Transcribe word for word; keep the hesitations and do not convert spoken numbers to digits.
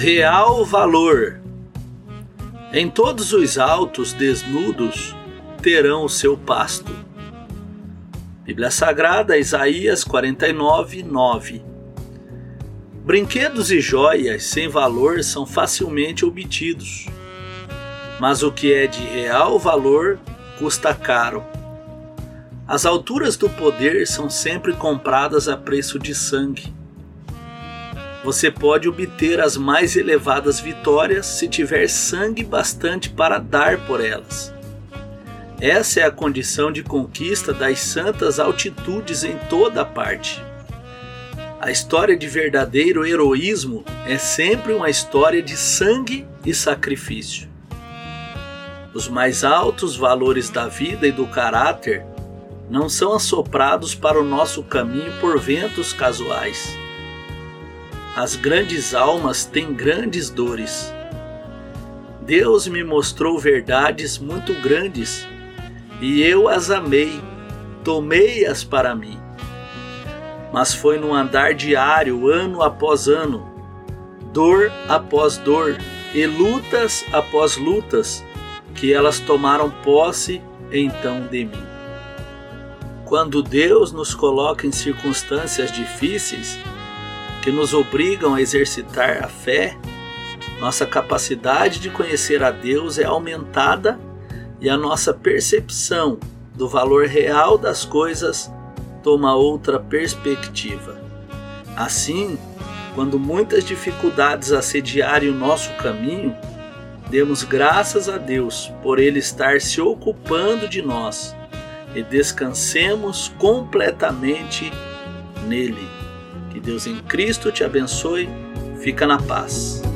Real valor. Em todos os altos desnudos terão o seu pasto. Bíblia Sagrada, Isaías quarenta e nove, nove. Brinquedos e joias sem valor são facilmente obtidos, mas o que é de real valor custa caro. As alturas do poder são sempre compradas a preço de sangue. Você pode obter as mais elevadas vitórias se tiver sangue bastante para dar por elas. Essa é a condição de conquista das santas altitudes em toda a parte. A história de verdadeiro heroísmo é sempre uma história de sangue e sacrifício. Os mais altos valores da vida e do caráter não são assoprados para o nosso caminho por ventos casuais. As grandes almas têm grandes dores. Deus me mostrou verdades muito grandes, e eu as amei, tomei-as para mim. Mas foi no andar diário, ano após ano, dor após dor e lutas após lutas, que elas tomaram posse então de mim. Quando Deus nos coloca em circunstâncias difíceis, que nos obrigam a exercitar a fé, nossa capacidade de conhecer a Deus é aumentada e a nossa percepção do valor real das coisas toma outra perspectiva. Assim, quando muitas dificuldades assediarem o nosso caminho, demos graças a Deus por Ele estar se ocupando de nós e descansemos completamente nele. Que Deus em Cristo te abençoe. Fica na paz.